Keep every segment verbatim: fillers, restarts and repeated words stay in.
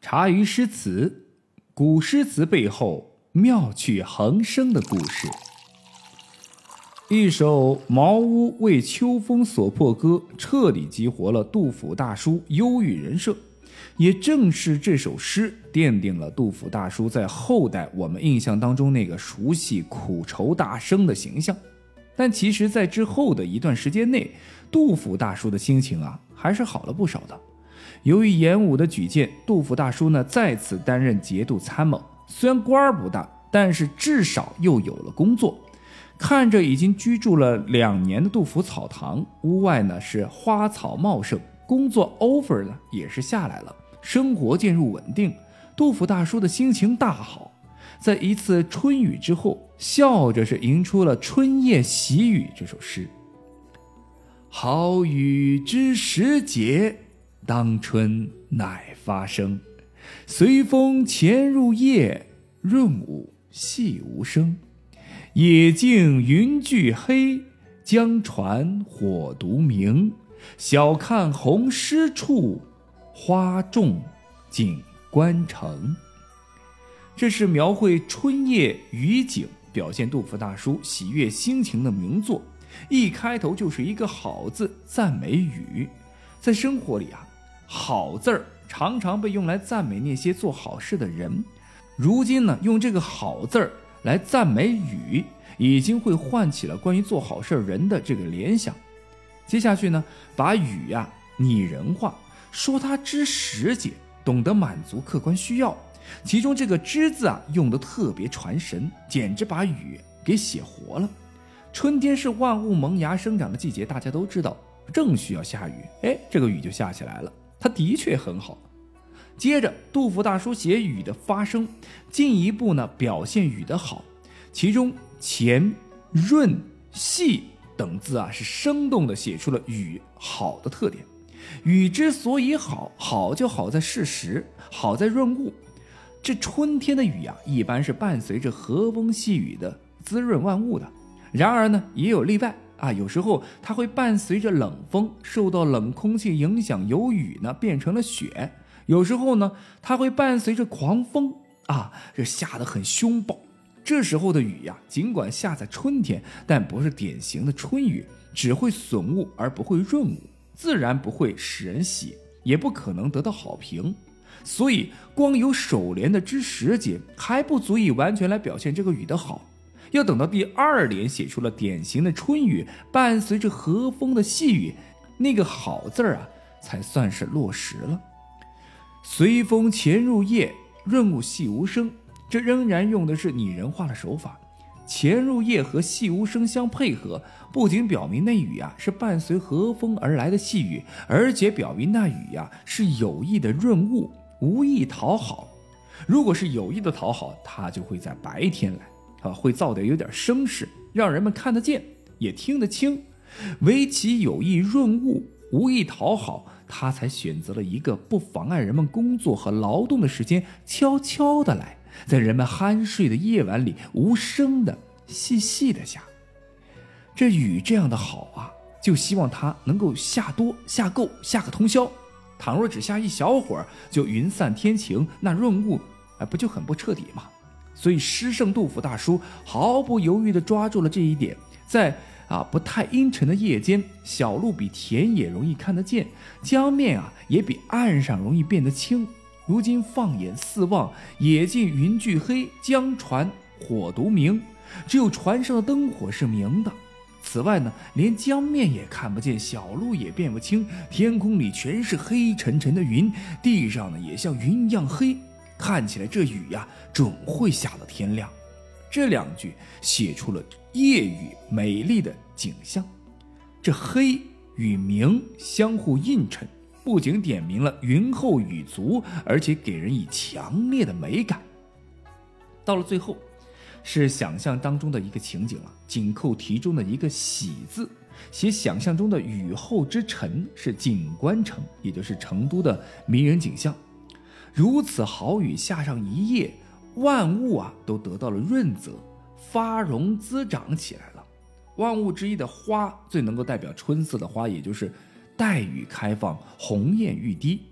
茶余诗词，古诗词背后妙趣横生的故事。一首《茅屋为秋风所破歌》彻底激活了杜甫大叔忧郁人设，也正是这首诗奠定了杜甫大叔在后代我们印象当中那个熟悉苦愁大生的形象。但其实在之后的一段时间内，杜甫大叔的心情啊还是好了不少的。由于演武的举荐，杜甫大叔呢再次担任节度参谋，虽然官儿不大，但是至少又有了工作。看着已经居住了两年的杜甫草堂，屋外呢是花草茂盛，工作 offer 呢也是下来了，生活渐入稳定，杜甫大叔的心情大好。在一次春雨之后，笑着是吟出了《春夜喜雨》这首诗。好雨知时节，当春乃发生。随风潜入夜，润物细无声。野径云俱黑，江船火独明。晓看红湿处，花重锦官城。这是描绘春夜雨景，表现杜甫大叔喜悦心情的名作。一开头就是一个好字，赞美雨。在生活里啊，好字儿常常被用来赞美那些做好事的人。如今呢，用这个好字儿来赞美雨，已经会唤起了关于做好事人的这个联想。接下去呢，把雨啊拟人化，说它知时节，懂得满足客观需要。其中这个知字啊用得特别传神，简直把雨给写活了。春天是万物萌芽生长的季节，大家都知道，正需要下雨，哎，这个雨就下起来了，它的确很好。接着杜甫大叔写雨的发生，进一步呢表现雨的好，其中潜、润、细等字啊是生动地写出了雨好的特点。雨之所以好，好就好在适时，好在润物。这春天的雨啊，一般是伴随着和风细雨的滋润万物的。然而呢，也有例外啊，有时候它会伴随着冷风，受到冷空气影响，由雨呢变成了雪。有时候呢，它会伴随着狂风啊，这下得很凶暴。这时候的雨呀、啊，尽管下在春天，但不是典型的春雨，只会损物而不会润物，自然不会使人喜，也不可能得到好评。所以光有首联的知时节还不足以完全来表现这个雨的好，要等到第二联写出了典型的春雨，伴随着和风的细雨，那个好字啊才算是落实了。随风潜入夜，润物细无声，这仍然用的是拟人化的手法。潜入夜和细无声相配合，不仅表明那雨啊是伴随和风而来的细雨，而且表明那雨啊是有意的润物，无意讨好。如果是有意的讨好，它就会在白天来啊，会造得有点声势，让人们看得见也听得清。唯其有意润物，无意讨好，他才选择了一个不妨碍人们工作和劳动的时间，悄悄地来，在人们酣睡的夜晚里无声的细细的下。这雨这样的好啊，就希望它能够下多下够下个通宵。倘若只下一小会儿就云散天晴，那润物哎不就很不彻底吗？所以诗圣杜甫大叔毫不犹豫地抓住了这一点，在啊不太阴沉的夜间，小路比田野容易看得见，江面啊也比岸上容易变得清。如今放眼四望，野径云俱黑，江船火独明，只有船上的灯火是明的。此外呢，连江面也看不见，小路也辨不清，天空里全是黑沉沉的云，地上呢也像云一样黑，看起来这雨呀、啊、准会下到天亮。这两句写出了夜雨美丽的景象。这黑与明相互映衬，不仅点明了云厚雨足，而且给人以强烈的美感。到了最后，是想象当中的一个情景了，紧扣题中的一个喜字，写想象中的雨后之城是锦官城，也就是成都的迷人景象。如此好雨下上一夜，万物啊都得到了润泽，发荣滋长起来了。万物之一的花最能够代表春色的花，也就是带雨开放，红艳欲滴。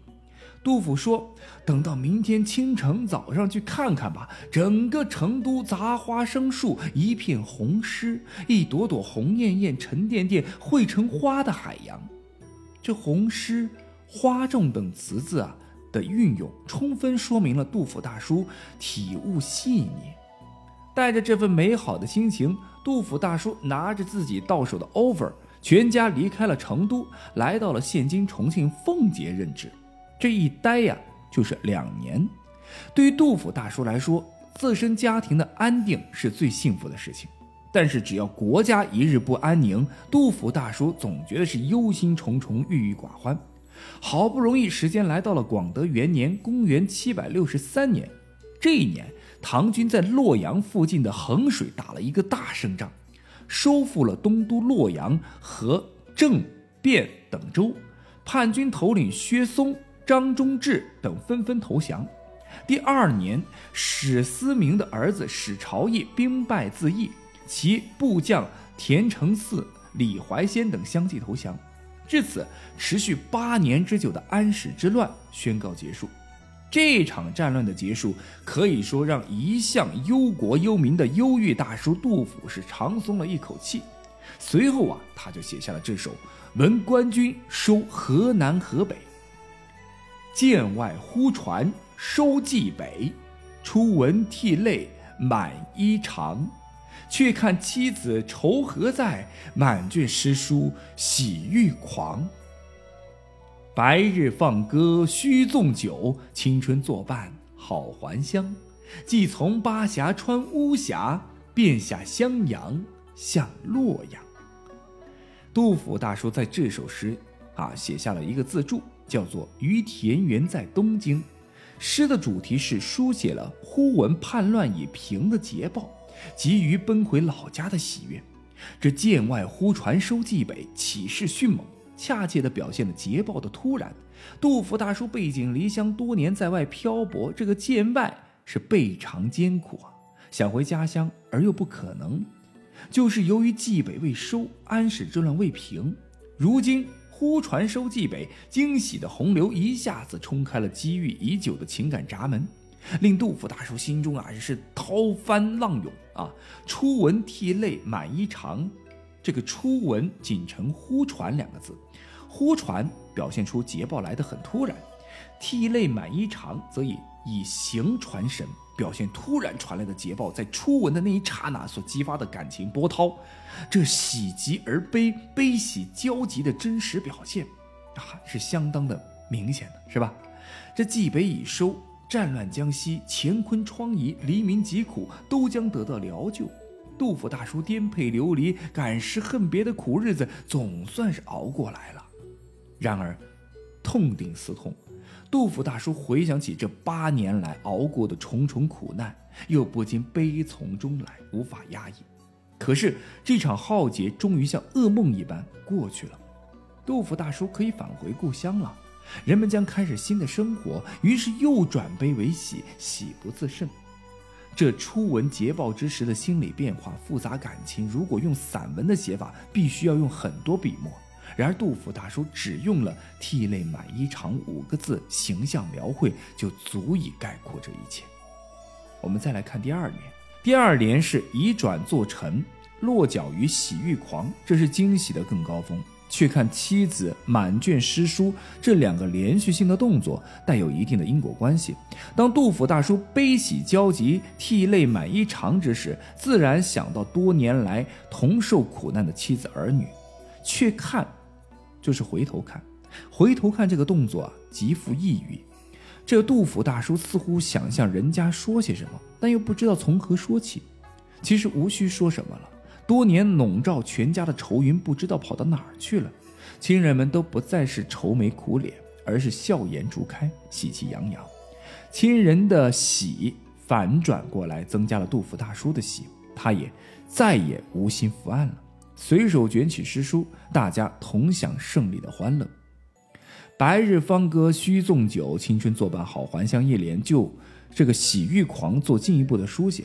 杜甫说，等到明天清晨早上去看看吧，整个成都杂花生树，一片红湿，一朵朵红艳艳沉甸甸汇成花的海洋。这红湿花重等词字啊的运用，充分说明了杜甫大叔体悟细腻。带着这份美好的心情，杜甫大叔拿着自己到手的 offer， 全家离开了成都，来到了现今重庆奉节任职。这一待呀，就是两年。对于杜甫大叔来说，自身家庭的安定是最幸福的事情。但是只要国家一日不安宁，杜甫大叔总觉得是忧心忡忡，郁郁寡欢。好不容易时间来到了广德元年，公元七百六十三年。这一年，唐军在洛阳附近的衡水打了一个大胜仗，收复了东都洛阳和郑、汴等州。叛军头领薛松、张忠志等纷纷投降。第二年，史思明的儿子史朝义兵败自缢，其部将田承嗣、李怀仙等相继投降。至此，持续八年之久的安史之乱宣告结束。这场战乱的结束，可以说让一向忧国忧民的忧郁大叔杜甫是长松了一口气。随后啊，他就写下了这首《闻官军收河南河北》。剑外忽传收蓟北，初闻涕泪满衣裳。却看妻子愁何在，满卷诗书喜欲狂。白日放歌须纵酒，青春作伴好还乡。既从巴峡穿巫峡，便下襄阳向洛阳。杜甫大叔在这首诗啊写下了一个自注，叫做《于田园在东京》。诗的主题是书写了忽闻叛乱已平的捷报，急于奔回老家的喜悦。这剑外忽传收蓟北，起势迅猛，恰切地表现了捷报的突然。杜甫大叔背井离乡多年在外漂泊，这个剑外是倍尝艰苦啊，想回家乡而又不可能。就是由于蓟北未收，安史之乱未平，如今忽传收蓟北，惊喜的洪流一下子冲开了积郁已久的情感闸门，令杜甫大叔心中啊是涛翻浪涌啊！初闻涕泪满衣裳，这个初闻仅成忽传两个字，忽传表现出捷报来得很突然，涕泪满衣裳则以以形传神，表现突然传来的捷报在初闻的那一刹那所激发的感情波涛，这喜极而悲，悲喜交集的真实表现啊，是相当的明显的，是吧？这蓟北已收，战乱将息，乾坤疮痍，黎民疾苦都将得到疗救。杜甫大叔颠沛流离、感时恨别的苦日子总算是熬过来了。然而痛定思痛，杜甫大叔回想起这八年来熬过的重重苦难，又不禁悲从中来，无法压抑。可是这场浩劫终于像噩梦一般过去了，杜甫大叔可以返回故乡了，人们将开始新的生活，于是又转悲为喜，喜不自胜。这初闻捷报之时的心理变化、复杂感情，如果用散文的写法，必须要用很多笔墨。然而杜甫大叔只用了涕泪满衣裳五个字，形象描绘就足以概括这一切。我们再来看第二联，第二联是以转作沉，落脚于喜欲狂，这是惊喜的更高峰。却看妻子满卷诗书，这两个连续性的动作带有一定的因果关系。当杜甫大叔悲喜交集、涕泪满衣裳之时，自然想到多年来同受苦难的妻子儿女。却看就是回头看，回头看这个动作啊，极富意蕴。这个杜甫大叔似乎想向人家说些什么，但又不知道从何说起。其实无需说什么了，多年笼罩全家的愁云不知道跑到哪儿去了，亲人们都不再是愁眉苦脸，而是笑颜逐开，喜气洋洋。亲人的喜反转过来，增加了杜甫大叔的喜，他也再也无心伏案了，随手卷起诗书，大家同享胜利的欢乐。白日方歌须纵酒，青春作伴好还乡一联就这个喜欲狂做进一步的书写。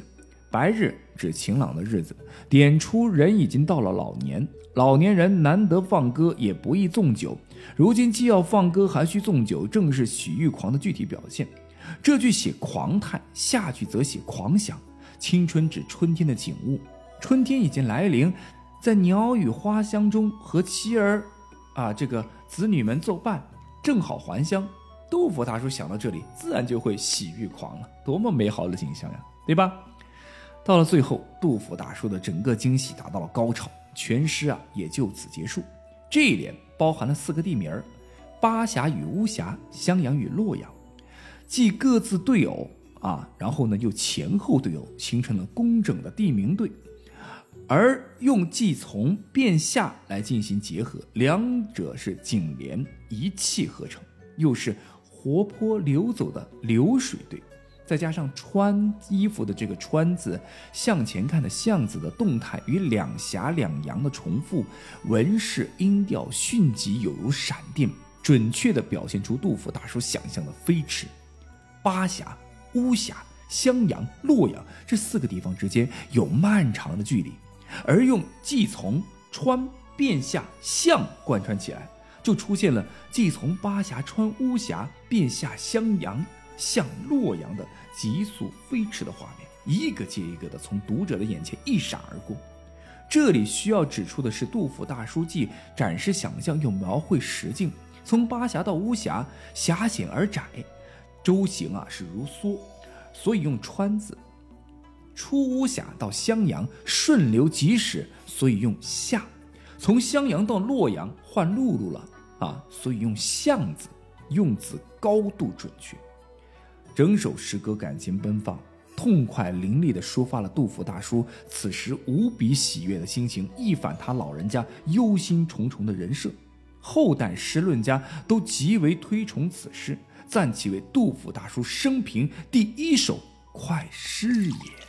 白日指晴朗的日子，点出人已经到了老年，老年人难得放歌，也不宜纵酒。如今既要放歌还需纵酒，正是喜欲狂的具体表现。这句写狂态，下句则写狂想。青春指春天的景物，春天已经来临，在鸟语花香中和妻儿啊这个子女们作伴，正好还乡。杜甫大叔想到这里，自然就会喜欲狂了，多么美好的景象呀，对吧？到了最后，杜甫大叔的整个惊喜达到了高潮，全诗啊也就此结束。这一联包含了四个地名：巴峡与巫峡，襄阳与洛阳，既各自对偶啊，然后呢又前后对偶，形成了工整的地名对，而用既从变下来进行结合，两者是紧连一气呵成，又是活泼流走的流水对，再加上穿衣服的这个穿字，向前看的向字的动态与两峡两阳的重复，文式音调迅疾有如闪电，准确地表现出杜甫大叔想象的飞驰。巴峡、巫峡、襄阳、洛阳这四个地方之间有漫长的距离，而用既从、穿、变下、向贯穿起来，就出现了既从巴峡穿巫峡变下襄阳向洛阳的急速飞驰的画面，一个接一个的从读者的眼前一闪而过。这里需要指出的是，杜甫大叔既展示想象又描绘实境，从巴峡到巫峡狭险而窄，舟行啊是如梭，所以用穿字；出巫峡到襄阳顺流疾驶，所以用下；从襄阳到洛阳换陆路了啊，所以用向字，用字高度准确。整首诗歌感情奔放，痛快淋漓地抒发了杜甫大叔此时无比喜悦的心情，一反他老人家忧心忡忡的人设。后代诗论家都极为推崇此诗，赞其为杜甫大叔生平第一首快诗也。